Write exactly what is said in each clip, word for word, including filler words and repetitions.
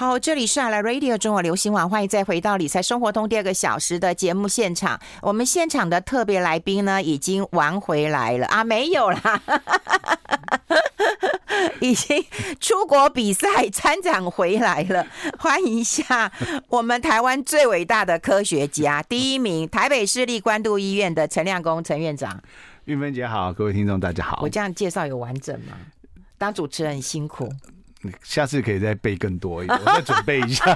好，这里是阿来 Radio 中国流行网，欢迎再回到理财生活通第二个小时的节目现场。我们现场的特别来宾呢，已经玩回来了啊，没有啦，已经出国比赛参展回来了。欢迎一下我们台湾最伟大的科学家，第一名台北市立关渡医院的陈亮恭陈院长。 玉芬姐好，各位听众大家好。 我这样介绍有完整吗？当主持人很辛苦。 下次可以再背更多一点，我再准备一下。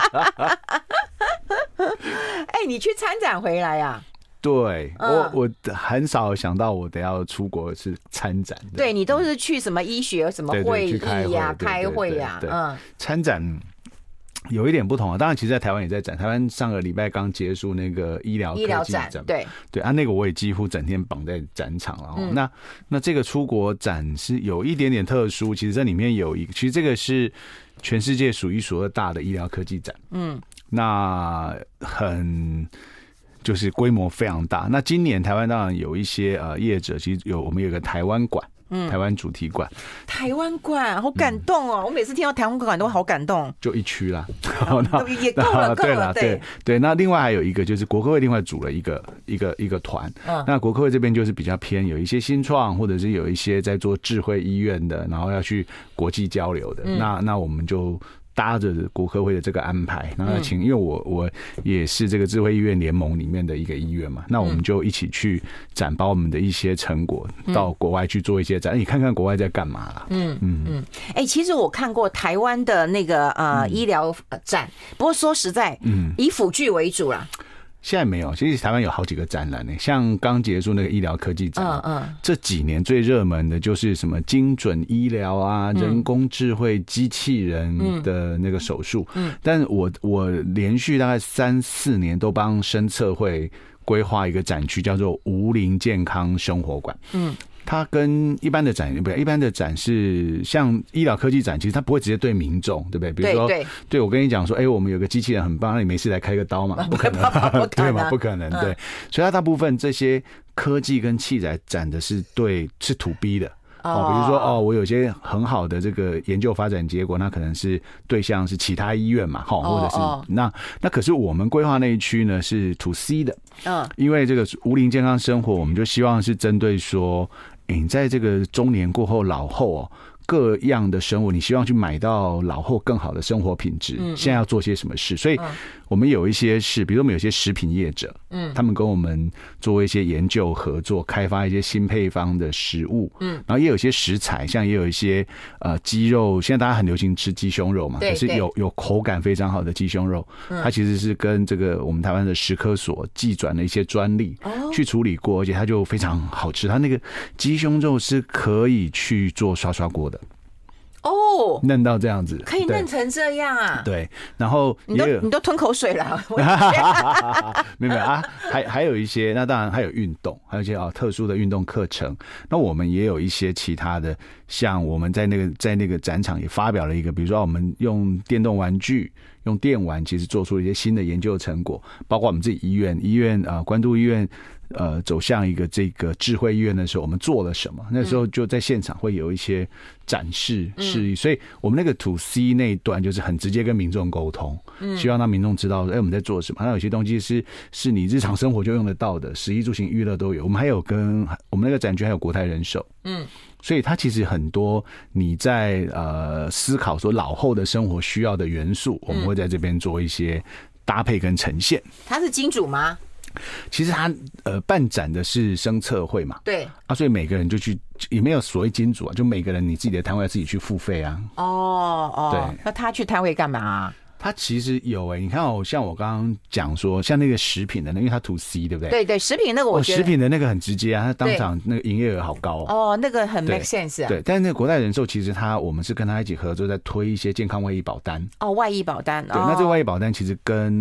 哎、欸，你去参展回来啊？ 对，嗯、我我很少想到我得要出国是参展的。 对，你都是去什么医学什么会议呀、开会呀、啊，嗯， 参展。有一点不同啊，当然，其实在台湾也在展。台湾上个礼拜刚结束那个医疗科技展， 对对啊，那个我也几乎整天绑在展场了。嗯、那那这个出国展是有一点点特殊，其实这里面有一个，其实这个是全世界数一数二大的医疗科技展。嗯，那很就是规模非常大。那今年台湾当然有一些呃业者，其实有我们有个台湾馆。嗯，台湾主题馆， 台湾馆好感动哦！嗯、我每次听到台湾馆都好感动。 就一区啦， 哦、也够了，够了， 对对对。那另外还有一个就是国科会另外组了一个一个一个团，嗯，那国科会这边就是比较偏有一些新创，或者是有一些在做智慧医院的，然后要去国际交流的，嗯、那那我们就。搭着国科会的这个安排，然后请，因为我我也是这个智慧医院联盟里面的一个医院嘛，那我们就一起去展，把我们的一些成果到国外去做一些展，你看看国外在干嘛啦。嗯嗯嗯。 哎、欸，其实我看过台湾的那个呃、嗯、医疗展，不过说实在，嗯，以辅具为主啦。 现在没有，其实台湾有好几个展览呢，像刚结束那个医疗科技展，嗯嗯，这几年最热门的就是什么精准医疗啊、嗯、人工智慧机器人的那个手术，嗯，但我我连续大概三四年都帮生策会规划一个展区，叫做无龄健康生活馆，嗯。它跟一般的展不一般的展是像医疗科技展，其实它不会直接对民众，对不对？比如说，对, 对, 对我跟你讲说，哎、欸，我们有个机器人很棒，那你没事来开个刀嘛？不可能，对吗？不可能，对。所以它大部分这些科技跟器材展的是对是 to B 的。哦，比如说哦，我有些很好的这个研究发展结果，那可能是对象是其他医院嘛，哈，或者是、哦哦、那那可是我们规划那一区呢是 to C 的，嗯，因为这个无龄健康生活，我们就希望是针对说，你在这个中年过后、老后哦。各样的生活，你希望去买到老后更好的生活品质，嗯、现在要做些什么事？所以我们有一些事，比如说我们有些食品业者，嗯，他们跟我们做一些研究合作，开发一些新配方的食物，嗯，然后也有一些食材，像也有一些呃鸡肉，现在大家很流行吃鸡胸肉嘛，可是有有口感非常好的鸡胸肉，嗯、它其实是跟这个我们台湾的食科所技转的一些专利、哦、去处理过，而且它就非常好吃，它那个鸡胸肉是可以去做刷刷锅的。哦，嫩到这样子， 可以嫩成这样啊？ 对，然后你都你都吞口水了， 没有没有啊，还还有一些，那当然还有运动，还有一些啊特殊的运动课程。那我们也有一些其他的，像我们在那个在那个展场也发表了一个，比如说我们用电动玩具。用电玩其实做出了一些新的研究成果，包括我们自己医院，医院啊、呃，关渡医院，呃，走向一个这个智慧医院的时候，我们做了什么？那时候就在现场会有一些展示示意，嗯、所以我们那个 to C 那一段就是很直接跟民众沟通，嗯、希望让民众知道，哎、欸，我们在做什么。那有些东西是是你日常生活就用得到的，食衣住行娱乐都有。我们还有跟我们那个展区还有国泰人寿，嗯。所以它其实很多你在呃思考说老后的生活需要的元素，我们会在这边做一些搭配跟呈现。 它是金主吗？ 其实它呃办展的是生策会嘛， 对啊，所以每个人就去也没有所谓金主啊，就每个人你自己的摊位自己去付费啊。 哦哦，对，那他去摊位干嘛啊？ 它其实有诶、欸，你看哦，像我刚刚讲说，像那个食品的，因为它 to C 对不对？ 对对，食品那个我觉得、 哦、食品的那个很直接啊，它当场那个营业额好高哦。哦，那个很 make sense 啊。 对，但是那个国泰人寿其实它我们是跟他一起合作，在推一些健康外医保单。 哦，外医保单。 对，哦、那这个外医保单其实跟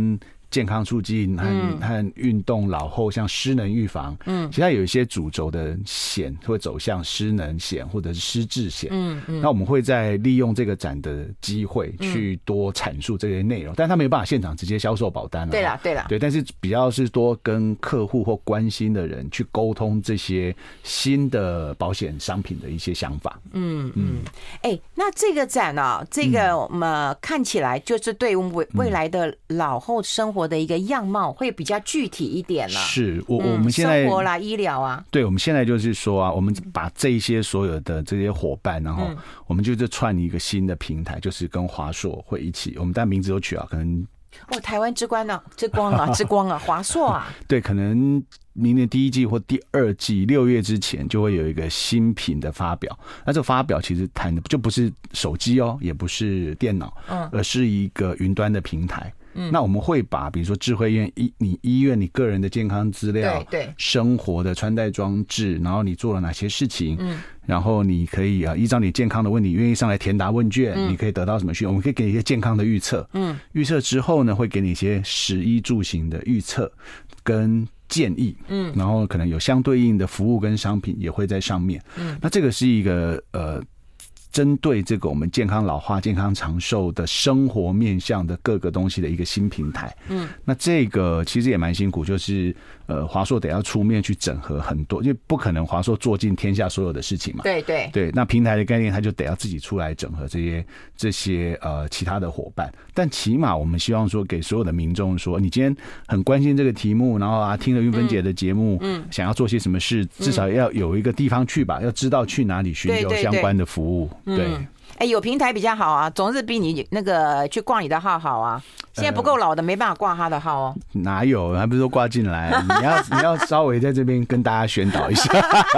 健康促进和、嗯、和运动老后像失能预防，嗯，其实它有一些主轴的险会走向失能险或者是失智险，嗯嗯，那我们会在利用这个展的机会去多阐述这些内容，嗯、但他没有办法现场直接销售保单了， 对啦对啦， 对，但是比较是多跟客户或关心的人去沟通这些新的保险商品的一些想法， 嗯嗯，哎、欸，那这个展啊、哦，这个我们、嗯、看起来就是对我们未未来的老后生活的一个样貌会比较具体一点了。 是我我们现在、 嗯、生活啦、医疗啊， 对，我们现在就是说啊，我们把这一些所有的这些伙伴，然后我们就是串一个新的平台，就是跟华硕会一起，我们但名字都取啊，可能哦，台湾之光啊，之光啊，之光啊，华硕啊， 对，可能明年第一季或第二季六月之前就会有一个新品的发表。那这个发表其实谈的就不是手机哦，也不是电脑，嗯，而是一个云端的平台。嗯，那我们会把比如说智慧医院医你医院你个人的健康资料， 对对， 生活的穿戴装置，然后你做了哪些事情，嗯，然后你可以啊依照你健康的问题，愿意上来填答问卷，嗯、你可以得到什么讯？我们可以给你一些健康的预测，嗯，预测之后呢，会给你一些食衣住行的预测跟建议，嗯，然后可能有相对应的服务跟商品也会在上面，嗯，那这个是一个呃。针对这个我们健康老化、健康长寿的生活面向的各个东西的一个新平台，嗯，那这个其实也蛮辛苦，就是呃，华硕得要出面去整合很多，因为不可能华硕做尽天下所有的事情嘛， 对对对，那平台的概念，它就得要自己出来整合这些这些呃其他的伙伴，但起码我们希望说给所有的民众说，你今天很关心这个题目，然后啊听了韵芬姐的节目，嗯，想要做些什么事，至少要有一个地方去吧，要知道去哪里寻求相关的服务。对， 哎、欸，有平台比较好啊，总是比你那个去挂你的号好啊。现在不够老的没办法挂他的号哦。 哪有？还不是说挂进来？你要你要稍微在这边跟大家宣导一下。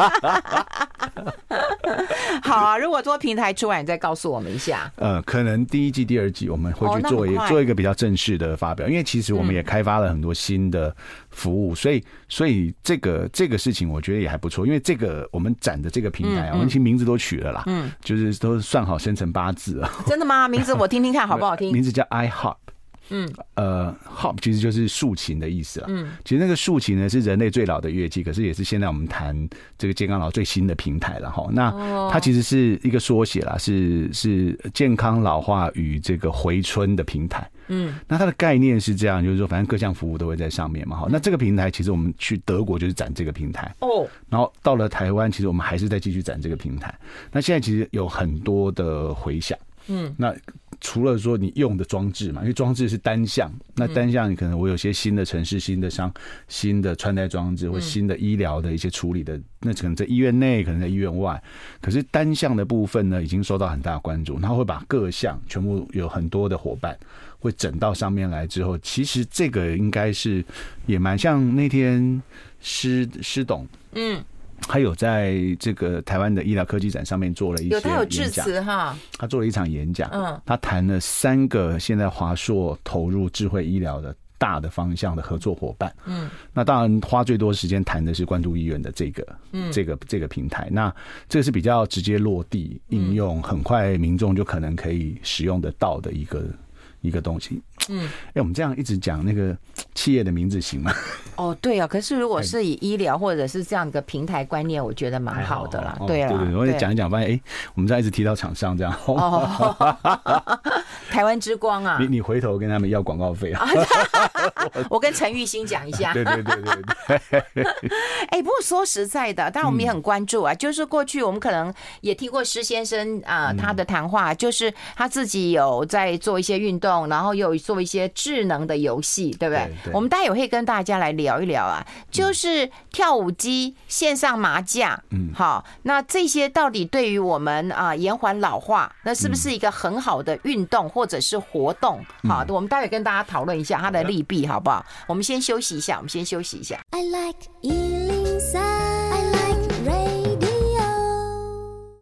好啊，如果做平台出来，你再告诉我们一下。 呃，可能第一季、第二季我们会去做一、哦、做一个比较正式的发表，因为其实我们也开发了很多新的服务，嗯、所以所以这个这个事情我觉得也还不错，因为这个我们展的这个平台啊，嗯嗯、我们其实名字都取了啦，嗯，就是都算好生辰八字了。 真的吗？名字我听听看好不好听？ 名字叫 iHop。嗯，呃 ，hop 其实就是竖琴的意思啦。嗯，其实那个竖琴呢是人类最老的乐器，可是也是现在我们谈这个健康老最新的平台了哈。那它其实是一个缩写啦，是是健康老化与这个回春的平台。嗯，那它的概念是这样，就是说反正各项服务都会在上面嘛。哈，那这个平台其实我们去德国就是展这个平台哦，然后到了台湾，其实我们还是在继续展这个平台。那现在其实有很多的回响。嗯，那除了说你用的装置嘛，因为装置是单项，那单项你可能我有些新的城市、新的商、新的穿戴装置或新的医疗的一些处理的，那可能在医院内，可能在医院外。可是单项的部分呢，已经受到很大的关注，然后会把各项全部有很多的伙伴会整到上面来之后，其实这个应该是也蛮像那天施施董，嗯。他有在这个台湾的医疗科技展上面做了一些演讲， 有他有致辞哈， 他做了一场演讲，嗯，他谈了三个现在华硕投入智慧医疗的大的方向的合作伙伴，嗯，那当然花最多时间谈的是关渡医院的这个，嗯，这个这个平台，那这个是比较直接落地应用，很快民众就可能可以使用得到的一个一个东西。嗯，哎、欸，我们这样一直讲那个企业的名字行吗？ 哦，对啊，可是如果是以医疗或者是这样一个平台观念，我觉得蛮好的啦。对啊， 对对，我也讲一讲，发现哎，我们这样一直提到厂商这样。哦， 台湾之光啊！ 你你回头跟他们要广告费啊？ 我跟陈玉兴讲一下。 对对对对对。 哎，不过说实在的，当然我们也很关注啊，嗯、就是过去我们可能也听过施先生啊、呃、他的谈话，就是他自己有在做一些运动，然后又做一些智能的游戏，对不对？对对，我们待会也会跟大家来聊一聊啊，就是跳舞机、线上麻将，嗯，好，那这些到底对于我们啊、呃、延缓老化，那是不是一个很好的运动或者是活动？好，我们待会跟大家讨论一下它的利弊，好不好？我们先休息一下，我们先休息一下。I like 一零三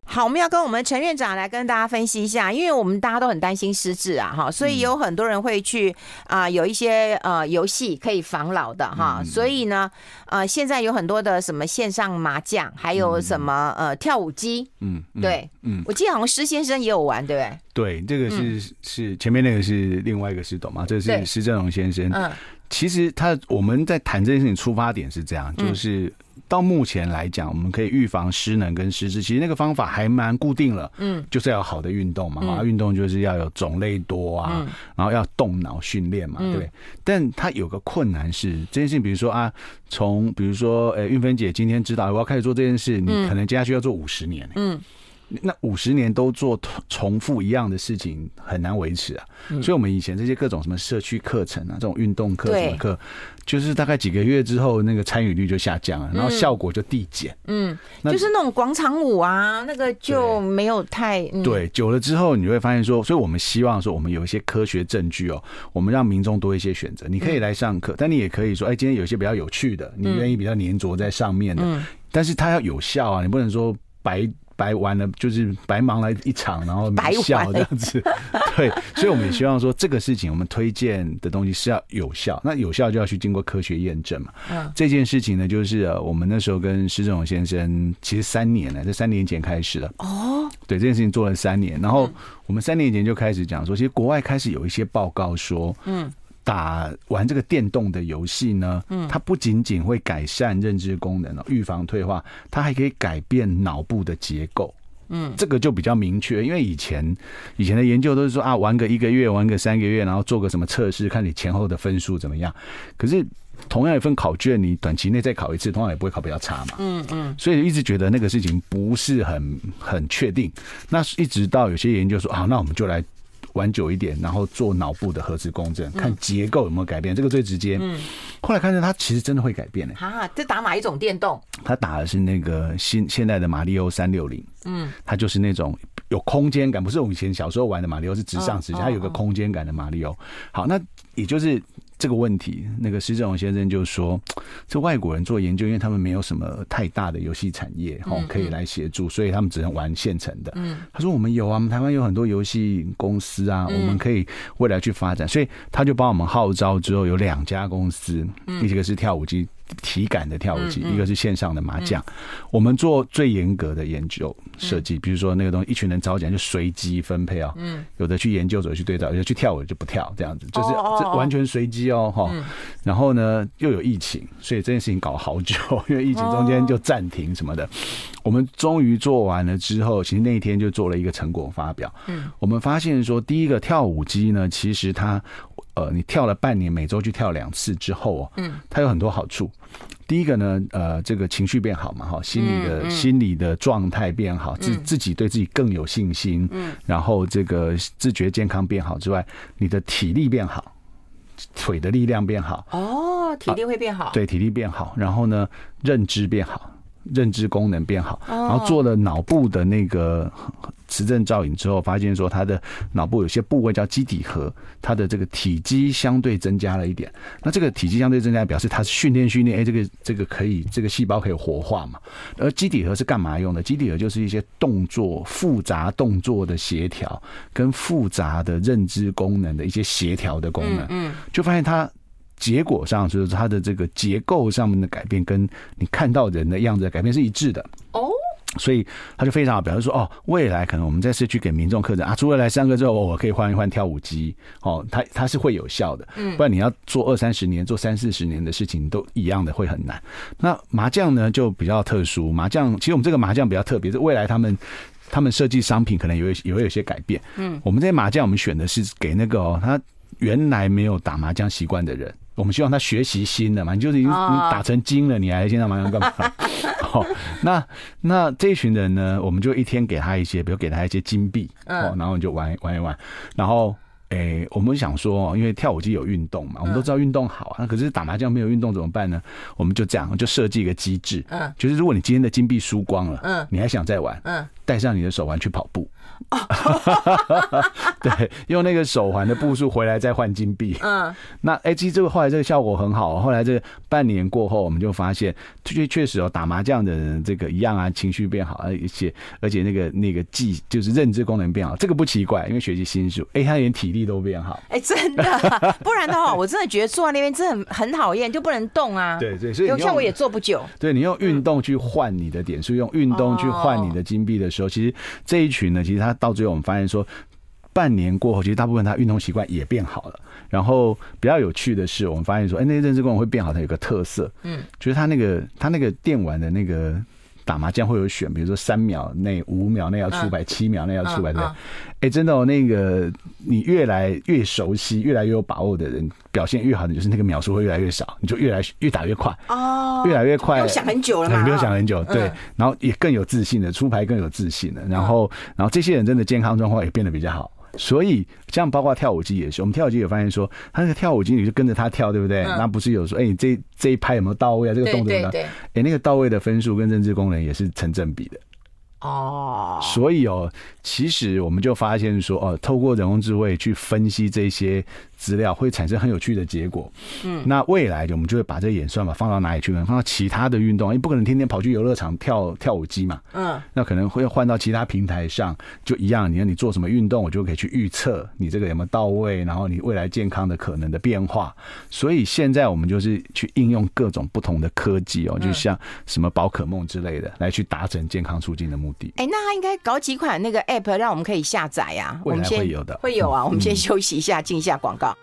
好，我们要跟我们陈院长来跟大家分析一下，因为我们大家都很担心失智啊，哈，所以有很多人会去啊、呃、有一些呃游戏可以防老的哈、嗯，所以呢呃现在有很多的什么线上麻将，还有什么、嗯、呃跳舞机，嗯，对，嗯，我记得好像施先生也有玩，对不对？ 对，这个是、嗯、是前面那个是另外一个施董嘛，这是施正荣先生，嗯，其实他我们在谈这件事情出发点是这样，就是。嗯到目前来讲，我们可以预防失能跟失智，其实那个方法还蛮固定了，嗯，就是要有好的运动嘛，啊、嗯，运动就是要有种类多啊，嗯、然后要动脑训练嘛，嗯、对不对？但它有个困难是，这件事情，比如说啊，从比如说，呃，韵芬姐今天知道我要开始做这件事，你可能接下去要做五十年、欸，嗯。那五十年都做重复一样的事情很难维持啊、嗯，所以我们以前这些各种什么社区课程啊，这种运动课什么课，就是大概几个月之后，那个参与率就下降了，然后效果就递减。嗯， 就是那种广场舞啊，那个就没有太、 嗯、对，久了之后你会发现说，所以我们希望说，我们有一些科学证据哦，我们让民众多一些选择。你可以来上课、嗯，但你也可以说，哎，今天有一些比较有趣的，你愿意比较黏着在上面的，嗯、但是它要有效啊，你不能说白。白玩了，就是白忙了一场，然后没效这样子。对，所以我们也希望说，这个事情我们推荐的东西是要有效，那有效就要去经过科学验证嘛。嗯，这件事情呢，就是呃，我们那时候跟施正荣先生，其实三年了，这三年前开始了。哦，对，这件事情做了三年，然后我们三年前就开始讲说，其实国外开始有一些报告说，嗯。打玩这个电动的游戏呢，嗯，它不仅仅会改善认知功能、预防退化，它还可以改变脑部的结构。嗯，这个就比较明确，因为以前以前的研究都是说啊，玩个一个月，玩个三个月，然后做个什么测试，看你前后的分数怎么样。可是同样一份考卷，你短期内再考一次，通常也不会考比较差嘛。嗯嗯，所以一直觉得那个事情不是很很确定。那一直到有些研究说啊，那我们就来。玩久一点，然后做脑部的核磁共振，看结构有没有改变，嗯、这个最直接。嗯，后来看见它其实真的会改变呢、 欸。啊，这打哪一种电动？ 它打的是那个新现代的马里欧三六零。嗯，它就是那种有空间感，不是我们以前小时候玩的马里欧是直上直下，哦、它有个空间感的马里欧。好，那也就是这个问题，那个施正荣先生就说，这外国人做研究，因为他们没有什么太大的游戏产业，嗯、可以来协助，所以他们只能玩现成的。嗯，他说我们有啊，我们台湾有很多游戏公司啊，嗯、我们可以未来去发展，所以他就帮我们号召之后有两家公司，嗯、一个是跳舞机。体感的跳舞机，嗯嗯、一个是线上的麻将、嗯。我们做最严格的研究设计，嗯、比如说那个东西，一群人早讲就随机分配哦。嗯，有的去研究，有的去对照，有的去跳舞就不跳，这样子就是这完全随机哦哈、嗯。然后呢，又有疫情，所以这件事情搞好久，因为疫情中间就暂停什么的。我们终于做完了之后，其实那一天就做了一个成果发表。嗯，我们发现说，第一个跳舞机呢，其实它。呃，你跳了半年，每周去跳两次之后哦，嗯，它有很多好处。第一个呢，呃，这个情绪变好嘛，哈，心理的、嗯嗯、心理的状态变好，自自己对自己更有信心，嗯，然后这个自觉健康变好之外，你的体力变好，腿的力量变好， 哦，体力会变好， 啊、对，体力变好，然后呢，认知变好，认知功能变好，然后做了脑部的那个磁振造影之后，发现说他的脑部有些部位叫基底核，它的这个体积相对增加了一点。那这个体积相对增加，表示它是训练训练，哎，这个这个可以，这个细胞可以活化嘛。而基底核是干嘛用的？基底核就是一些动作复杂动作的协调，跟复杂的认知功能的一些协调的功能。嗯，就发现它。结果上就是它的这个结构上面的改变，跟你看到人的样子的改变是一致的哦，所以他就非常好表示说，哦，未来可能我们在社区给民众课程啊，除了来上课之后，我可以换一换跳舞机，哦，它它是会有效的，嗯，不然你要做二三十年、做三四十年的事情都一样的会很难。那麻将呢就比较特殊，麻将其实我们这个麻将比较特别，是未来他们。他们设计商品可能也会也会有些改变，嗯，我们这些麻将我们选的是给那个哦，他原来没有打麻将习惯的人。我们希望他学习新的嘛，你就是已经你打成精了，你还线上麻将干嘛？好、哦，那那这一群人呢，我们就一天给他一些，比如给他一些金币，哦，然后你就玩玩一玩，然后。诶，我们想说，因为跳舞机有运动嘛，我们都知道运动好啊。可是打麻将没有运动怎么办呢？我们就这样，就设计一个机制，嗯，就是如果你今天的金币输光了，嗯，你还想再玩，嗯，带上你的手环去跑步， 对，用那个手环的步数回来再换金币。嗯，那哎，其实这个后来这个效果很好。后来这个半年过后，我们就发现，确确实哦，打麻将的人这个一样啊，情绪变好，而且而且那个那个记就是认知功能变好，这个不奇怪，因为学习新术，哎，他连体力都变好。 哎，真的，不然的话，我真的觉得坐在那边真的很很讨厌，就不能动啊。 对对，所以像我也坐不久。 对，你用运动去换你的点数，用运动去换你的金币的时候，其实这一群呢，其实他到最后我们发现说，半年过后，其实大部分他运动习惯也变好了。然后比较有趣的是，我们发现说，哎，那些认知功能会变好，它有个特色，嗯，就是他那个他那个电玩的那个打麻将会有选，比如说三秒内、五秒内要出牌，七秒内要出牌，对不对？哎，真的哦，那个你越来越熟悉、越来越有把握的人，表现越好的就是那个秒数会越来越少，你就越来越打越快哦，越来越快。 不用想很久了嘛， 不用想很久，对，然后也更有自信的出牌，更有自信的，然后然后这些人真的健康状况也变得比较好。所以像包括跳舞机也是，我们跳舞机有发现说，他那个跳舞机你就跟着他跳，对不对？嗯、那不是有说，哎、欸，你这这一拍有没有到位啊？这个动作呢？哎、欸，那个到位的分数跟认知功能也是成正比的。哦，所以哦，其实我们就发现说，哦，透过人工智慧去分析这些资料，会产生很有趣的结果。嗯，那未来我们就会把这个演算法放到哪里去呢？放到其他的运动，因为不可能天天跑去游乐场跳跳舞机嘛。嗯，那可能会换到其他平台上，就一样。你看你做什么运动，我就可以去预测你这个有没有到位，然后你未来健康的可能的变化。所以现在我们就是去应用各种不同的科技哦，就像什么宝可梦之类的，来去达成健康促进的目的。 哎、欸，那他应该搞几款那个 app 让我们可以下载啊？ 未来会有的， 会有啊。我们先休息一下，进一下广告。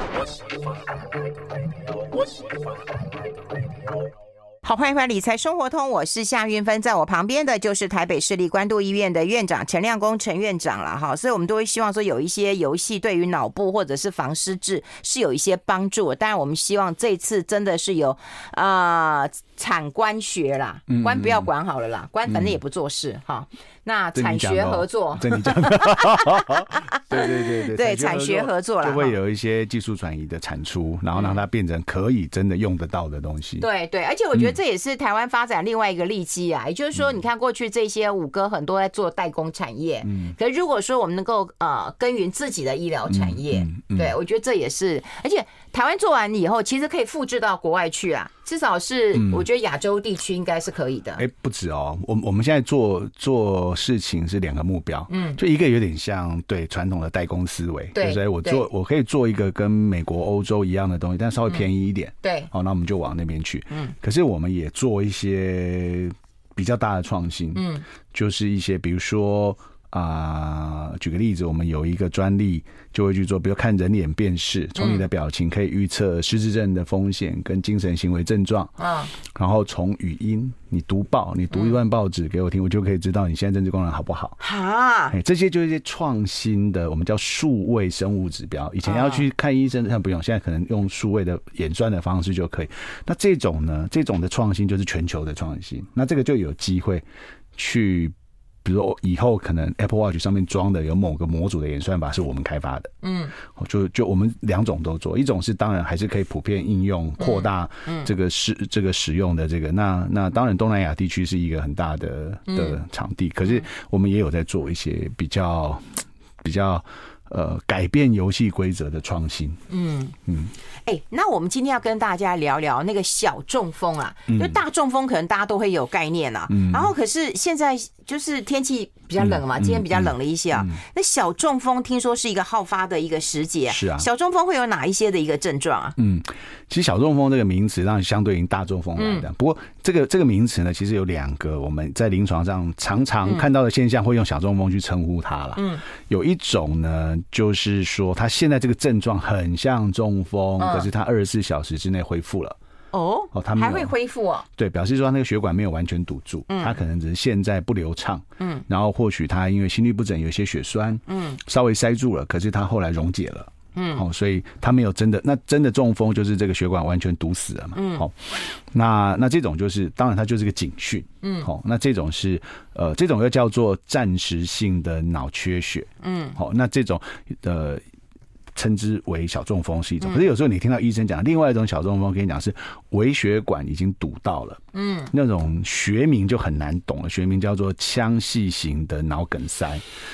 好，欢迎回来理财生活通，我是夏运芬，在我旁边的就是台北市立关渡医院的院长陈亮恭陈院长了哈，所以我们都会希望说有一些游戏对于脑部或者是防失智是有一些帮助的。当然我们希望这次真的是有啊、呃、产官学啦，官不要管好了啦，官反正也不做事哈、嗯。那产学合作， 这你讲的，对对对对， 对产学合作啦， 就会有一些技术转移的产出，然后让它变成可以真的用得到的东西。 对对，而且我觉得这也是台湾发展另外一个利基啊，也就是说，你看过去这些五哥很多在做代工产业，嗯，可是如果说我们能够呃耕耘自己的医疗产业，嗯嗯嗯、对我觉得这也是，而且台湾做完以后，其实可以复制到国外去啊。至少是我觉得亚洲地区应该是可以的。哎、 嗯欸，不止哦，我我们现在做做事情是两个目标，嗯，就一个有点像对传统的代工思维，对，所以我做我可以做一个跟美国、欧洲一样的东西，但稍微便宜一点，嗯、对，好，那我们就往那边去，嗯，可是我们也做一些比较大的创新，嗯，就是一些比如说。啊、呃，举个例子，我们有一个专利就会去做，比如看人脸辨识，从你的表情可以预测失智症的风险跟精神行为症状。嗯，然后从语音，你读报，你读一段报纸给我听，嗯、我就可以知道你现在认知功能好不好。哈，这些就是一些创新的，我们叫数位生物指标。以前要去看医生，现在不用，现在可能用数位的演算的方式就可以。那这种呢，这种的创新就是全球的创新。那这个就有机会去。比如说以后可能 Apple Watch 上面装的有某个模组的演算法是我们开发的，嗯，就就我们两种都做，一种是当然还是可以普遍应用扩大这个使、嗯、这个使用的这个，那那当然东南亚地区是一个很大的的场地，可是我们也有在做一些比较比较呃改变游戏规则的创新，嗯嗯。 哎、欸，那我们今天要跟大家聊聊那个小中风啊，因为大中风可能大家都会有概念啊，嗯、然后可是现在就是天气比较冷嘛，嗯、今天比较冷了一些啊。嗯嗯、那小中风听说是一个好发的一个时节， 是啊。 小中风会有哪一些的一个症状啊？ 嗯，其实小中风这个名词让相对应大中风来的，嗯、不过这个这个名词呢，其实有两个我们在临床上常常看到的现象，会用小中风去称呼它了。嗯，有一种呢，就是说它现在这个症状很像中风。嗯可是它二十四小时之内恢复了哦，哦，它还会恢复哦。 对，表示说它那个血管没有完全堵住，嗯，它可能只是现在不流畅，嗯，然后或许它因为心律不整有些血栓，嗯，稍微塞住了，可是它后来溶解了，嗯，哦，所以它没有真的，那真的中风就是这个血管完全堵死了嘛，嗯，好，那那这种就是当然它就是个警讯，嗯，好，那这种是呃这种又叫做暂时性的脑缺血，嗯，好，那这种呃。称之为小中风是一种，可是有时候你听到医生讲，另外一种小中风跟你讲是微血管已经堵到了，嗯，那种学名就很难懂了，学名叫做腔隙型的脑梗塞。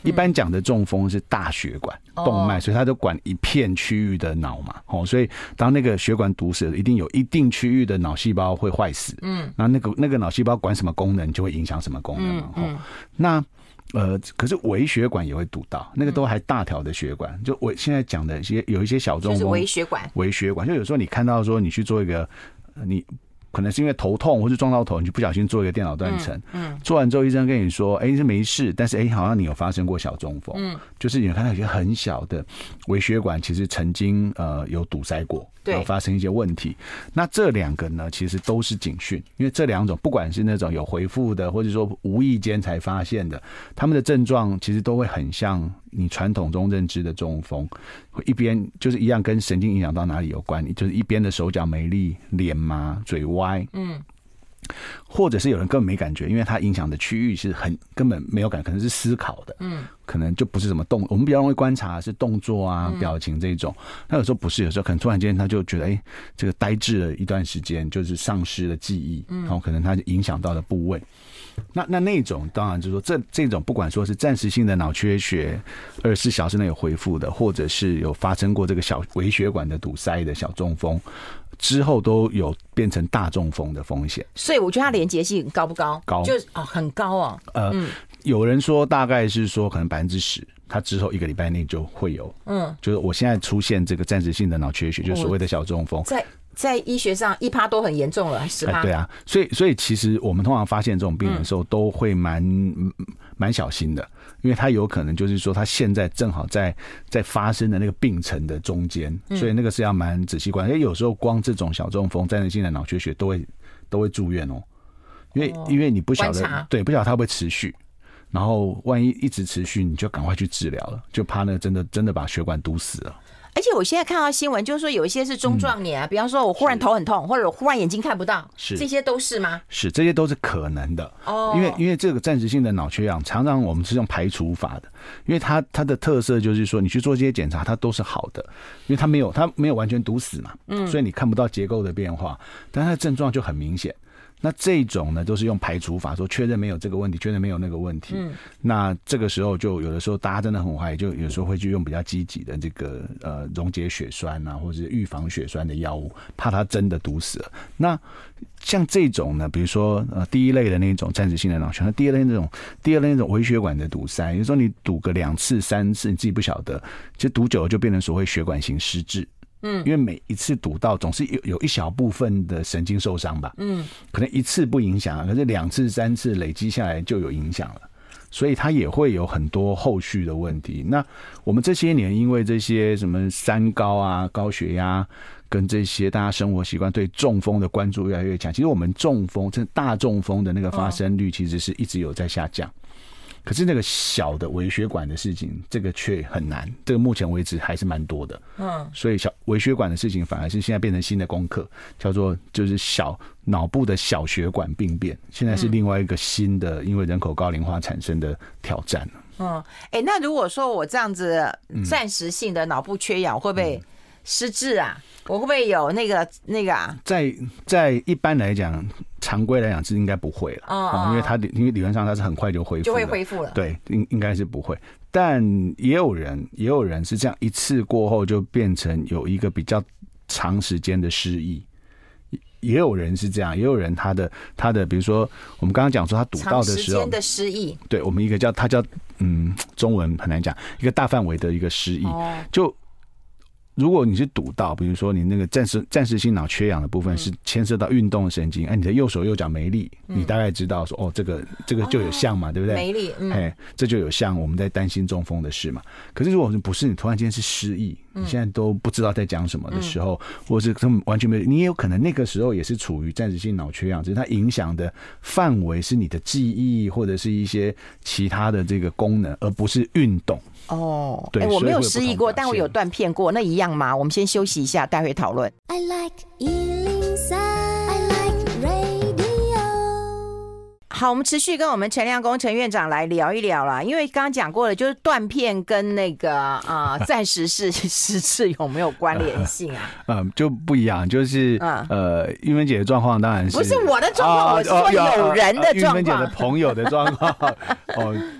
一般讲的中风是大血管动脉，所以它都管一片区域的脑嘛，哦，所以当那个血管堵死了，一定有一定区域的脑细胞会坏死，嗯，那那个那个脑细胞管什么功能，就会影响什么功能嘛，嗯嗯、那呃，可是微血管也会堵到，那个都还大条的血管，就我现在讲的一些有一些小中风， 就是微血管， 微血管，就有时候你看到说你去做一个，你。可能是因为头痛或是撞到头，你就不小心做一个电脑断层，嗯，嗯做完之后医生跟你说，哎、欸，是没事，但是哎、欸，好像你有发生过小中风，嗯，就是你看到有些很小的微血管，其实曾经呃有堵塞过，然后发生一些问题。那这两个呢，其实都是警讯，因为这两种不管是那种有回复的，或者说无意间才发现的，他们的症状其实都会很像你传统中认知的中风，一边就是一样跟神经影响到哪里有关，就是一边的手脚没力、脸麻、嘴歪。嗯，或者是有人根本没感觉，因为它影响的区域是很根本没有感觉，可能是思考的，嗯，可能就不是什么动，我们比较容易观察是动作啊、嗯、表情这种。那有时候不是，有时候可能突然间他就觉得，哎、欸，这个呆滞了一段时间，就是丧失了记忆，嗯，然后可能他影响到的部位。那那那种当然就是说，这这种不管说是暂时性的脑缺血，二十四小时内有恢复的，或者是有发生过这个小微血管的堵塞的小中风，之后都有变成大中风的风险。 所以我觉得它连结性高不高？高，就是哦，很高哦。 呃，嗯、有人说大概是说可能百分之十，它之后一个礼拜内就会有。嗯，就是我现在出现这个暂时性的脑缺血，就是所谓的小中风。 在在医学上一趴都很严重了，十趴、 哎。对啊，所以所以其实我们通常发现这种病人的时候，都会蛮蛮小心的，因为他有可能就是说他现在正好在在发生的那个病程的中间，所以那个是要蛮仔细观察。因为有时候光这种小中风、暂时性的脑缺血都会都会住院哦，因为、哦、因为你不晓得，对，不晓得它会不会持续。然后万一一直持续，你就赶快去治疗了，就怕那真的真的把血管堵死了。 而且我现在看到新闻，就是说有一些是中壮年啊，嗯、比方说我忽然头很痛，或者我忽然眼睛看不到，是这些都是吗？是，这些都是可能的哦。因为因为这个暂时性的脑缺氧，常常我们是用排除法的，因为它它的特色就是说，你去做这些检查，它都是好的，因为它没有它没有完全堵死嘛，嗯，所以你看不到结构的变化，但它的症状就很明显。那这种呢，都是用排除法，说确认没有这个问题，确认没有那个问题。嗯，那这个时候就有的时候大家真的很怀疑，就有时候会去用比较积极的这个呃溶解血栓啊，或者是预防血栓的药物，怕它真的堵死了。那像这种呢，比如说呃第一类的那种暂时性的脑缺，那第二类那种第二类那种微血管的堵塞，有时候你堵个两次三次，你自己不晓得，其实堵久了就变成所谓血管型失智。嗯，因为每一次堵到总是有有一小部分的神经受伤吧，嗯，可能一次不影响，可是两次三次累积下来就有影响了，所以它也会有很多后续的问题。那我们这些年因为这些什么三高啊、高血压跟这些大家生活习惯对中风的关注越来越强，其实我们中风这大中风的那个发生率其实是一直有在下降。可是那个小的微血管的事情，这个却很难，这个目前为止还是蛮多的。嗯，所以小微血管的事情反而是现在变成新的功课，叫做就是小脑部的小血管病变，现在是另外一个新的，因为人口高龄化产生的挑战。 嗯，哎、欸，那如果说我这样子暂时性的脑部缺氧，会不会失智啊？我会不会有那个那个啊？在在一般来讲，常规来讲是应该不会了，哦哦，因为它因为理论上它是很快就恢复了， 就会恢复了。对， 应应该是不会，但也有人也有人是这样一次过后就变成有一个比较长时间的失忆。也有人是这样，也有人他的他的，比如说我们刚刚讲说他堵到的时候， 长时间的失忆， 对我们一个叫他叫嗯中文很难讲，一个大范围的一个失忆，哦，就。如果你是堵到，比如说你那个暂时暂时性脑缺氧的部分是牵涉到运动的神经，哎，你的右手右脚没力，你大概知道说哦，这个这个就有像嘛，哦，对不对？ 没力，嗯， 哎，这就有像我们在担心中风的事嘛。可是如果不是你突然间是失忆，你现在都不知道在讲什么的时候，嗯，或者是根本完全没有，你也有可能那个时候也是处于暂时性脑缺氧，只是它影响的范围是你的记忆或者是一些其他的这个功能，而不是运动。 哦，对，欸，我没有失忆过，但我有断片过，那一样吗？我们先休息一下，待会讨论。I like 一零三 I like radio。好，我们持续跟我们陈亮恭陈院长来聊一聊啦，因为刚刚讲过了，就是断片跟那个啊暂时性失智有没有关联性啊？ 嗯，呃，就不一样，就是嗯呃，玉芬姐的状况当然是不是我的状况，啊，我是说有人的状况， 玉芬姐的朋友的状况哦。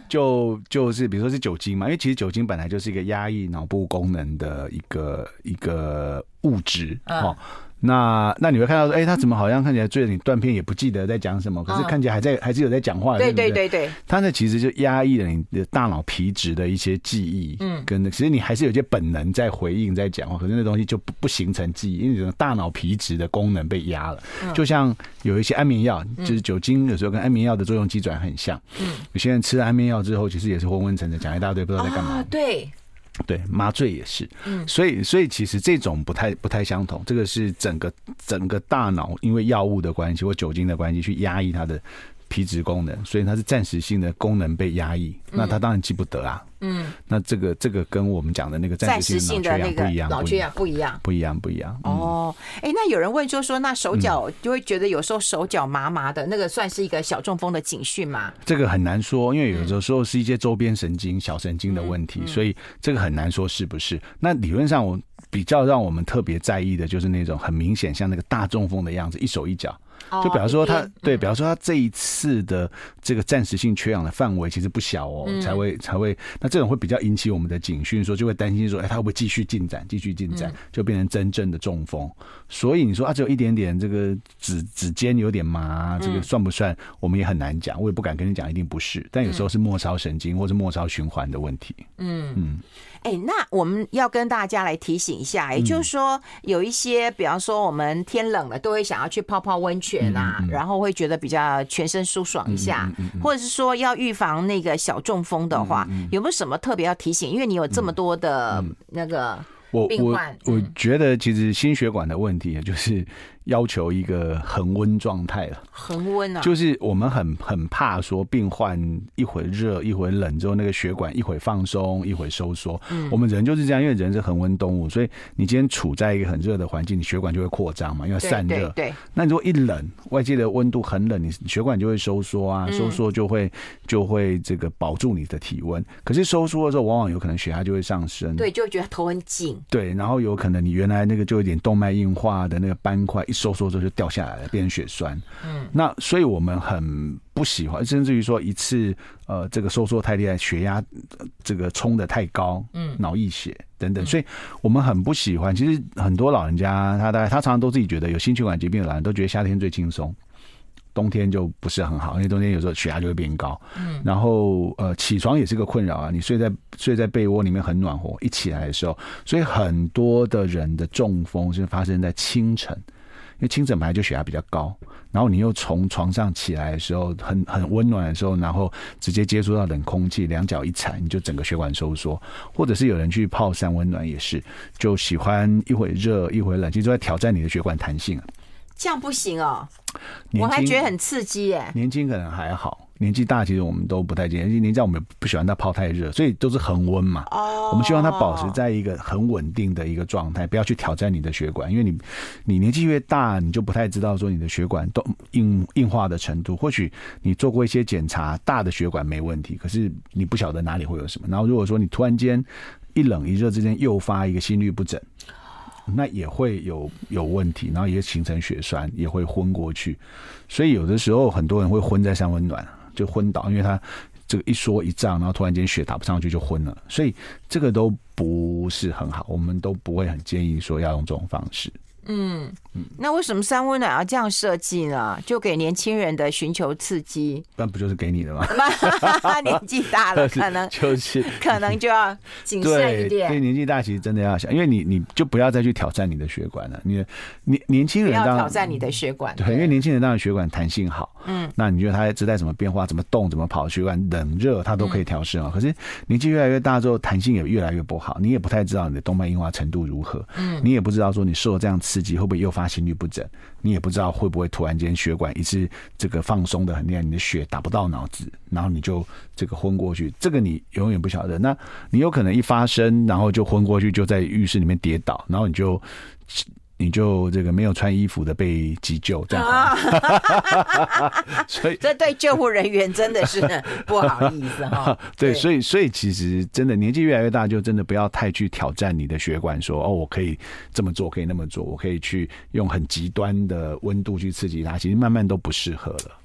就就是比如说是酒精嘛，因为其实酒精本来就是一个压抑脑部功能的一个一个物质哦。嗯，那那你会看到说，哎、欸，他怎么好像看起来醉了？你断片也不记得在讲什么，可是看起来还在、嗯、还是有在讲话。 对对对对， 他那其实就压抑了你的大脑皮质的一些记忆，嗯，跟其实你还是有些本能在回应在讲话，可是那东西就不不形成记忆，因为你的大脑皮质的功能被压了。嗯、就像有一些安眠药，就是酒精有时候跟安眠药的作用机转很像。嗯，有些人吃了安眠药之后，其实也是昏昏沉沉，讲一大堆不知道在干嘛。 啊，对。 对，麻醉也是，嗯，所以所以其实这种不太不太相同，这个是整个整个大脑因为药物的关系或酒精的关系去压抑它的皮质功能，所以它是暂时性的功能被压抑，嗯、那它当然记不得啊，嗯，那这个这个跟我们讲的那个暂时性的脑缺氧不一样， 脑缺氧不一样， 不一样不一样。 哦，哎、嗯，那有人问说说，那手脚就会觉得有时候手脚麻麻的，那个算是一个小中风的警讯吗？ 这个很难说，因为有的时候是一些周边神经、小神经的问题，嗯嗯、所以这个很难说是不是。那理论上，我比较让我们特别在意的就是那种很明显像那个大中风的样子，一手一脚。就比方说他、哦、对，比方说他这一次的这个暂时性缺氧的范围其实不小哦，嗯、才会才会，那这种会比较引起我们的警讯，说就会担心说，哎，他会不会继续进展，继续进展，就变成真正的中风。所以你说啊，只有一点点这个指指尖有点麻，这个算不算？我们也很难讲，我也不敢跟你讲一定不是，但有时候是末梢神经或是末梢循环的问题。嗯嗯。 哎、欸，那我们要跟大家来提醒一下，也就是说，有一些，比方说我们天冷了，都会想要去泡泡温泉啊，嗯嗯嗯然后会觉得比较全身舒爽一下，嗯嗯嗯嗯或者是说要预防那个小中风的话，嗯嗯有没有什么特别要提醒？因为你有这么多的那个病患， 我我我觉得其实心血管的问题就是要求一个恒温状态了， 恒温啊， 就是我们很很怕说病患一会热一会冷之后，那个血管一会放松一会收缩。嗯，我们人就是这样，因为人是恒温动物，所以你今天处在一个很热的环境，你血管就会扩张嘛，因为散热。 对， 对， 对， 那你如果一冷，外界的温度很冷，你血管就会收缩啊，收缩就会就会这个保住你的体温。可是收缩的时候，往往有可能血压就会上升， 对，就会觉得头很紧。 对，然后有可能你原来那个就有点动脉硬化的那个斑块，一收缩之后就掉下来了，变成血栓。嗯，那所以我们很不喜欢，甚至于说一次呃这个收缩太厉害，血压、呃、这个冲得太高，嗯，脑溢血等等，所以我们很不喜欢。其实很多老人家他大概他常常都自己觉得有心血管疾病的老人都觉得夏天最轻松。冬天就不是很好，因为冬天有时候血压就会变高。嗯，然后呃起床也是个困扰啊，你睡在睡在被窝里面很暖和，一起来的时候，所以很多的人的中风是发生在清晨，因为清晨本来就血压比较高，然后你又从床上起来的时候很很温暖的时候，然后直接接触到冷空气，两脚一踩你就整个血管收缩，或者是有人去泡三温暖也是，就喜欢一会热一会冷，其实都在挑战你的血管弹性啊。 这样不行哦，我还觉得很刺激耶。 年轻可能还好，年纪大其实我们都不太建议，年纪大我们不喜欢它泡太热，所以都是恒温嘛。哦，我们希望它保持在一个很稳定的一个状态，不要去挑战你的血管，因为你你年纪越大，你就不太知道说你的血管都硬硬化的程度。或许你做过一些检查，大的血管没问题，可是你不晓得哪里会有什么。然后如果说你突然间一冷一热之间诱发一个心律不整，那也会有有问题，然后也形成血栓，也会昏过去。所以有的时候很多人会昏在三温暖，就昏倒，因为他这个一缩一胀，然后突然间血打不上去就昏了。所以这个都不是很好，我们都不会很建议说要用这种方式。 嗯，那为什么三温暖要这样设计呢？就给年轻人的寻求刺激， 那不就是给你的吗？ 年纪大了，可能就是可能就要谨慎一点。 对，年纪大其实真的要想，因为你你就不要再去挑战你的血管了。你的年年轻人当然不要挑战你的血管， 对，因为年轻人当然血管弹性好，嗯，那你觉得他知道怎么变化、怎么动、怎么跑，血管冷热他都可以调试嘛。嗯、可是年纪越来越大之后，弹性也越来越不好，你也不太知道你的动脉硬化程度如何，嗯，你也不知道说你受了这样刺激会不会诱发心律不整，你也不知道会不会突然间血管一次这个放松的很厉害，你的血打不到脑子，然后你就这个昏过去，这个你永远不晓得。那你有可能一发生，然后就昏过去，就在浴室里面跌倒，然后你就你就这个没有穿衣服的被急救，这样、啊，所以这对救护人员真的是不好意思哈。 对，所以所以其实真的年纪越来越大，就真的不要太去挑战你的血管说，说哦，我可以这么做，可以那么做，我可以去用很极端的温度去刺激它，其实慢慢都不适合了。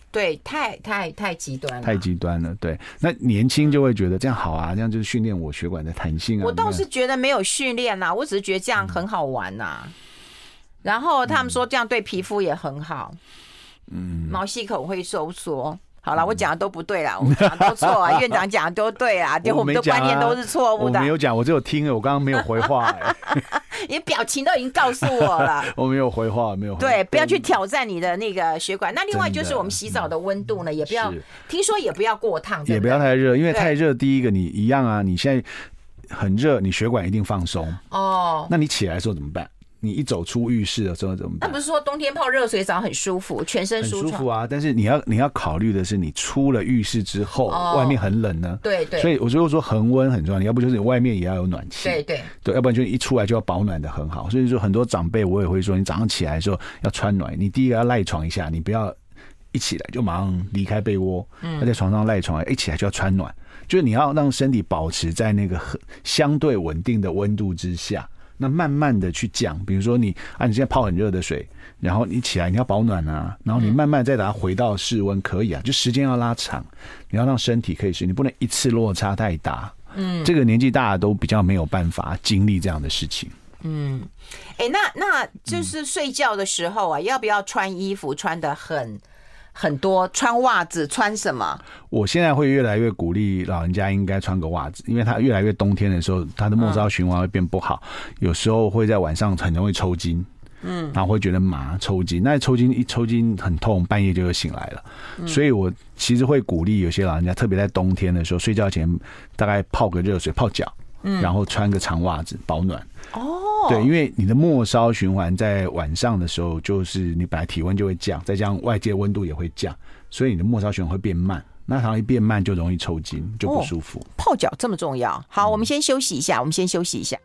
对，太太太极端了， 太极端了。对，那年轻就会觉得这样好啊，这样就是训练我血管的弹性啊。 我倒是觉得没有训练啦，我只是觉得这样很好玩呐、嗯。然后他们说这样对皮肤也很好，嗯，毛细孔会收缩。好了，我讲的都不对啦，我讲的都错啊，院长讲的都对啊，就我们的观念都是错误的。 我没有讲，我只有听了，我刚刚没有回话、欸。 你表情都已经告诉我了。 我没有回话，没有回话。 对，不要去挑战你的那个血管。那另外就是我们洗澡的温度呢，也不要，听说也不要过烫， 也不要太热，因为太热，第一个你一样啊，你现在很热，你血管一定放松哦。那你起来的时候怎么办？你一走出浴室的时候怎么办？ 那不是说冬天泡热水澡很舒服，全身舒很舒服啊。但是你要你要考虑的是，你出了浴室之后，哦、外面很冷呢。 对对。 所以我就说恒温很重要，你要不就是你外面也要有暖气。 对对对，要不然就一出来就要保暖的很好。所以说很多长辈我也会说，你早上起来的时候要穿暖，你第一个要赖床一下，你不要一起来就马上离开被窝，嗯，要在床上赖床，一起来就要穿暖，就是你要让身体保持在那个相对稳定的温度之下。那慢慢的去降，比如说你啊，你现在泡很热的水，然后你起来你要保暖啊，然后你慢慢再把它回到室温，可以啊，就时间要拉长，你要让身体可以适应，你不能一次落差太大。嗯，这个年纪大的都比较没有办法经历这样的事情。 嗯，哎、欸，那那就是睡觉的时候啊，嗯、要不要穿衣服穿得很？很多穿袜子穿什么？ 我现在会越来越鼓励老人家应该穿个袜子，因为他越来越冬天的时候，他的末梢循环会变不好，嗯、有时候会在晚上很容易抽筋，嗯，然后会觉得麻抽筋，那抽筋一抽筋很痛，半夜就会醒来了，嗯、所以我其实会鼓励有些老人家，特别在冬天的时候，睡觉前大概泡个热水泡脚，嗯，然后穿个长袜子保暖。哦，对，因为你的末梢循环在晚上的时候，就是你本来体温就会降，再加上外界温度也会降，所以你的末梢循环会变慢。那它一变慢就容易抽筋，就不舒服。哦、 泡脚这么重要？好，我们先休息一下，我们先休息一下。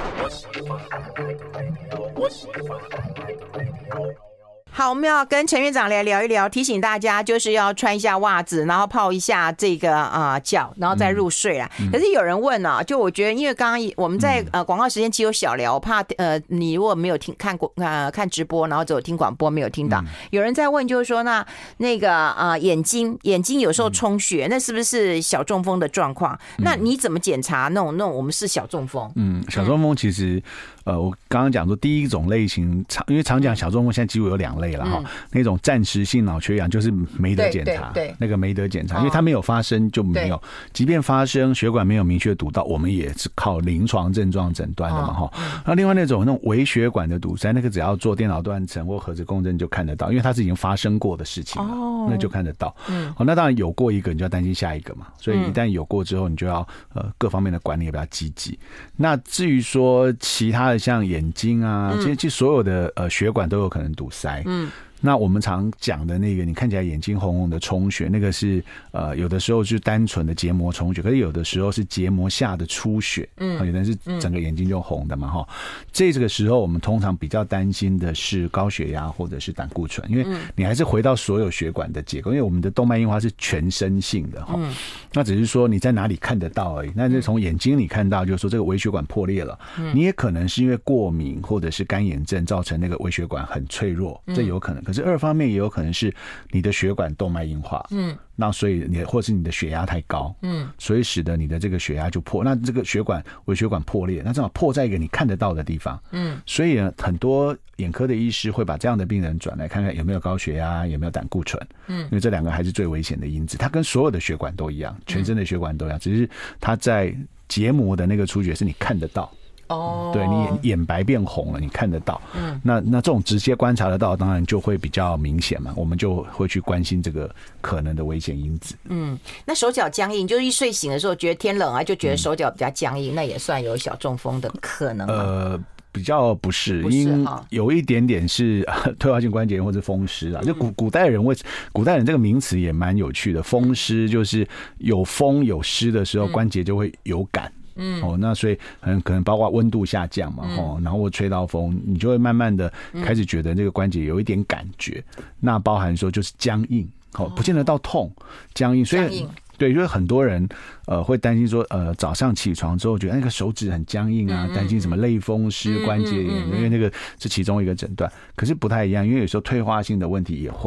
好，我们要跟陈院长来聊一聊，提醒大家就是要穿一下袜子，然后泡一下这个啊、呃、脚，然后再入睡啦、嗯。可是有人问啊，就我觉得，因为刚刚我们在呃广告时间其实有小聊，我怕呃你如果没有听看过呃看直播，然后只有听广播没有听到，嗯、有人在问就是说，那那个啊、呃、眼睛眼睛有时候充血，那是不是小中风的状况？嗯、那你怎么检查那种那种我们是小中风？ 嗯，小中风其实。呃，我刚刚讲说第一种类型，常因为常讲小中风，现在几乎有两类了哈、嗯。那种暂时性脑缺氧就是没得检查， 对对对那个没得检查，因为它没有发生就没有。即便发生，血管没有明确堵到，我们也是靠临床症状诊断的嘛哈。那、哦、另外那种那种微血管的堵塞，那个只要做电脑断层或核磁共振就看得到，因为它是已经发生过的事情了，哦、那就看得到。嗯，好，那当然有过一个，你就要担心下一个嘛。所以一旦有过之后，你就要呃各方面的管理也比较积极。那至于说其他的像眼睛啊，其实其实所有的呃血管都有可能堵塞。嗯，那我们常讲的那个，你看起来眼睛红红的充血，那个是呃有的时候是单纯的结膜充血，可是有的时候是结膜下的出血。嗯，有的人是整个眼睛就红的嘛哈。这个时候我们通常比较担心的是高血压或者是胆固醇，因为你还是回到所有血管的结构，因为我们的动脉硬化是全身性的哈。嗯，那只是说你在哪里看得到而已。那就从眼睛里看到，就是说这个微血管破裂了，嗯、你也可能是因为过敏或者是干眼症造成那个微血管很脆弱，这有可能。可是二方面也有可能是你的血管动脉硬化，嗯，那所以你或是你的血压太高，嗯，所以使得你的这个血压就破，那这个血管微血管破裂，那正好破在一个你看得到的地方，嗯，所以呢，很多眼科的医师会把这样的病人转来看看有没有高血压，有没有胆固醇，嗯，因为这两个还是最危险的因子，它跟所有的血管都一样，全身的血管都一样，只是它在结膜的那个出血是你看得到。哦，对，你 眼, 眼白变红了，你看得到。嗯，那那这种直接观察得到，当然就会比较明显嘛，我们就会去关心这个可能的危险因子。 嗯，那手脚僵硬，就是一睡醒的时候觉得天冷啊，就觉得手脚比较僵硬，嗯、那也算有小中风的可能吗？呃。 比较不是，因有一点点是退化性关节炎或者风湿啊。就古古代人为古代人这个名词也蛮有趣的，风湿就是有风有湿的时候，关节就会有感。嗯，哦，那所以很可能包括温度下降嘛，哦，然后吹到风，你就会慢慢的开始觉得这个关节有一点感觉。那包含说就是僵硬，哦，不见得到痛，僵硬，所以。对，就是很多人呃会担心说，呃早上起床之后觉得那个手指很僵硬啊，担心什么类风湿、关节炎，因为那个是其中一个诊断。可是不太一样，因为有时候退化性的问题也会，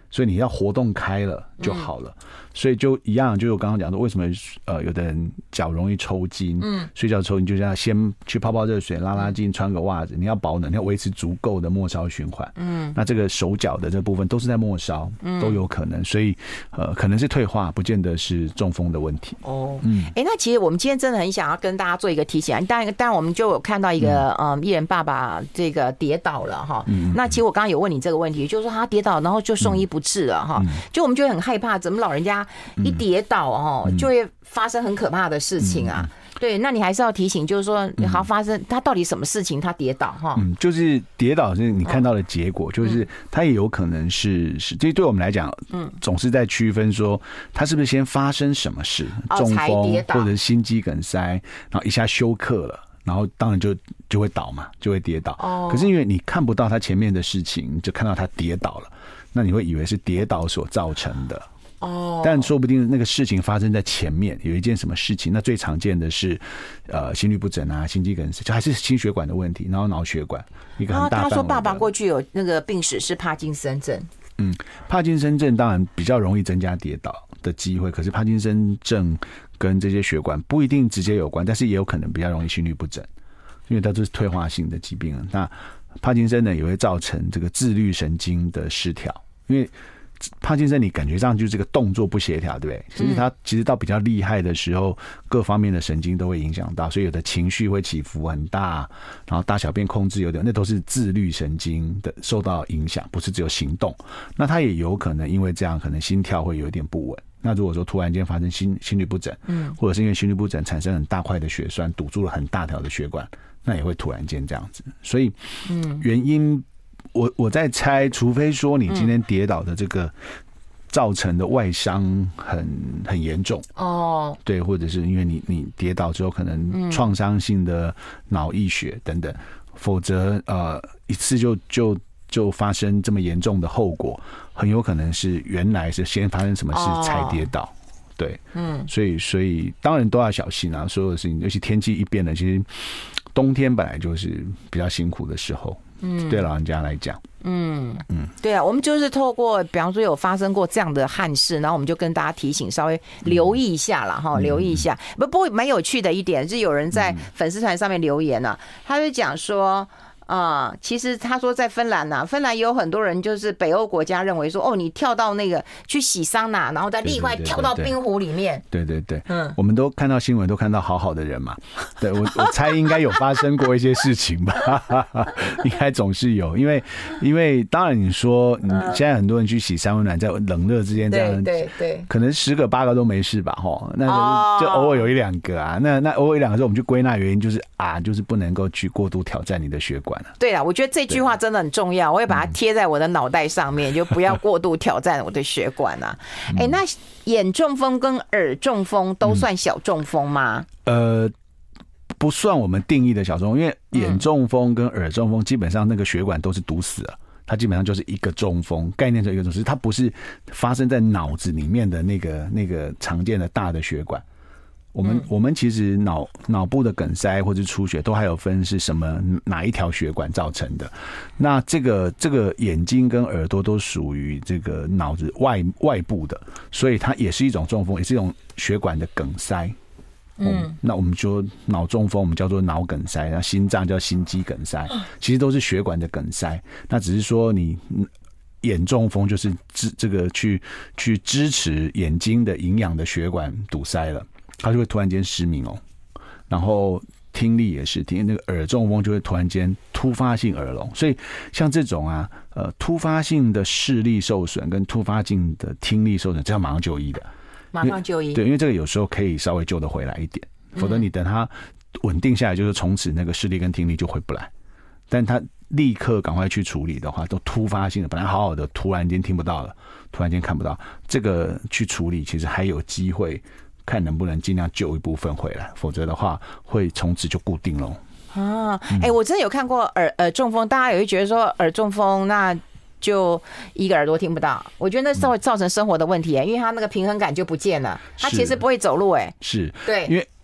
所以你要活动开了就好了。嗯、所以就一样，就我刚刚讲的，为什么呃有的人脚容易抽筋，嗯，睡觉抽筋就是要先去泡泡热水，拉拉筋，穿个袜子，你要保暖，你要维持足够的末梢循环，嗯，那这个手脚的这部分都是在末梢，嗯，都有可能，所以呃可能是退化，不见得是中风的问题。 哦，嗯，哎、欸，那其实我们今天真的很想要跟大家做一个提醒啊，当然，当然我们就有看到一个嗯艺人爸爸这个跌倒了哈，嗯，那其实我刚刚有问你这个问题，就是说他跌倒然后就送医不治了哈，嗯、就我们就会很害怕，怎么老人家一跌倒哦、嗯、就会发生很可怕的事情啊。嗯对，那你还是要提醒，就是说，好发生他到底什么事情，他跌倒哈？嗯， 就是跌倒是你看到的结果，就是他也有可能是是，这对我们来讲，嗯，总是在区分说他是不是先发生什么事，中风或者是心肌梗塞，然后一下休克了，然后当然就就会倒嘛，就会跌倒。哦，可是因为你看不到他前面的事情，你就看到他跌倒了，那你会以为是跌倒所造成的。哦，但说不定那个事情发生在前面，有一件什么事情，那最常见的是，呃，心律不整啊，心肌梗塞，就还是心血管的问题，然后脑血管一个很大范围的。他说爸爸过去有那个病史是帕金森症。 嗯，帕金森症当然比较容易增加跌倒的机会，可是帕金森症跟这些血管不一定直接有关，但是也有可能比较容易心律不整，因为它都是退化性的疾病。那帕金森呢也会造成这个自律神经的失调，因为帕金森你感觉上就是这个动作不协调，对不对？其实它其实到比较厉害的时候，各方面的神经都会影响到，所以有的情绪会起伏很大，然后大小便控制有点，那都是自律神经的受到影响，不是只有行动。那它也有可能因为这样，可能心跳会有一点不稳。那如果说突然间发生心心律不整，嗯，或者是因为心律不整产生很大块的血栓，堵住了很大条的血管，那也会突然间这样子。所以，嗯，原因。我我在猜，除非说你今天跌倒的这个造成的外伤很很严重哦，对，或者是因为你你跌倒之后可能创伤性的脑溢血等等，否则呃一次就就就发生这么严重的后果，很有可能是原来是先发生什么事才跌倒。对，嗯，所以所以当然都要小心啊，所有的事情，尤其天气一变了，其实冬天本来就是比较辛苦的时候。嗯，对老人家来讲， 嗯嗯，对啊，我们就是透过，比方说有发生过这样的憾事，然后我们就跟大家提醒，稍微留意一下啦，哈、嗯，留意一下。不不过蛮有趣的一点是，有人在粉丝团上面留言啊，他就讲说。啊、嗯，其实他说在芬兰呐、啊，芬兰也有很多人就是北欧国家认为说，哦，你跳到那个去洗桑拿，然后再立刻跳到冰湖里面。 对对 对, 对, 对, 对，嗯，我们都看到新闻，都看到好好的人嘛。对我我猜应该有发生过一些事情吧，应该总是有，因为因为当然你说，你现在很多人去洗三温暖，在冷热之间这样， 对对对， 可能十个八个都没事吧，哈，那就就偶尔有一两个啊，那那偶尔一两个之后，我们就归纳原因就是啊，就是不能够去过度挑战你的血管。 对啦，我觉得这句话真的很重要，我会把它贴在我的脑袋上面，就不要过度挑战我的血管啊。哎、欸，那眼中风跟耳中风都算小中风吗？ 嗯、呃，不算我们定义的小中风，因为眼中风跟耳中风基本上那个血管都是堵死了。它基本上就是一个中风，概念就一个中风，它不是发生在脑子里面的那个那个常见的大的血管。我们、嗯、我们其实脑脑部的梗塞或者出血都还有分是什么哪一条血管造成的。那这个这个眼睛跟耳朵都属于这个脑子外外部的，所以它也是一种中风，也是一种血管的梗塞。嗯，那我们说脑中风，我们叫做脑梗塞，那心脏叫心肌梗塞，其实都是血管的梗塞。那只是说你眼中风就是支这个去去支持眼睛的营养的血管堵塞了。他就会突然间失明哦，然后听力也是，听那个耳中风就会突然间突发性耳聋，所以像这种啊，呃，突发性的视力受损跟突发性的听力受损，这要马上就医的， 马上就医。 对，因为这个有时候可以稍微救得回来一点，否则你等他稳定下来，就是从此那个视力跟听力就回不来。但他立刻赶快去处理的话，都突发性的，本来好好的，突然间听不到了，突然间看不到，这个去处理其实还有机会。看能不能尽量救一部分回来，否则的话会从此就固定了。 啊，哎、欸，我真的有看过耳耳中风，大家也会觉得说耳中风那就一个耳朵听不到，我觉得那会造成生活的问题、欸，因为他那个平衡感就不见了，他其实不会走路、欸，哎， 是， 对， 因为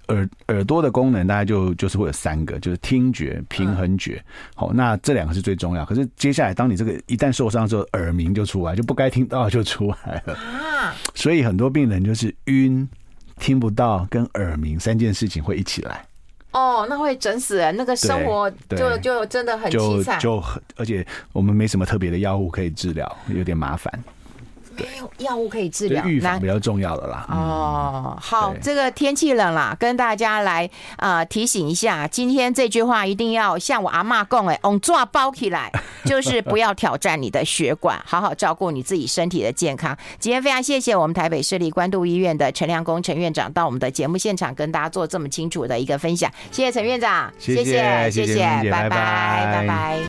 耳耳朵的功能大概就就是会有三个，就是听觉、平衡觉。好，那这两个是最重要。可是接下来，当你这个一旦受伤之后，耳鸣就出来，就不该听到就出来了。所以很多病人就是晕、听不到跟耳鸣三件事情会一起来。 哦，那会整死人，那个生活就就真的很凄惨， 就就而且我们没什么特别的药物可以治疗，有点麻烦。 没有药物可以治疗， 预防比较重要的啦。 哦，好，这个天气冷啦，跟大家来呃提醒一下，今天这句话一定要像我阿嬷讲的，用纸包起来，就是不要挑战你的血管，好好照顾你自己身体的健康。今天非常谢谢我们台北市立关渡医院的陈亮恭陈院长到我们的节目现场跟大家做这么清楚的一个分享，谢谢陈院长， 谢谢谢谢， 拜拜拜拜。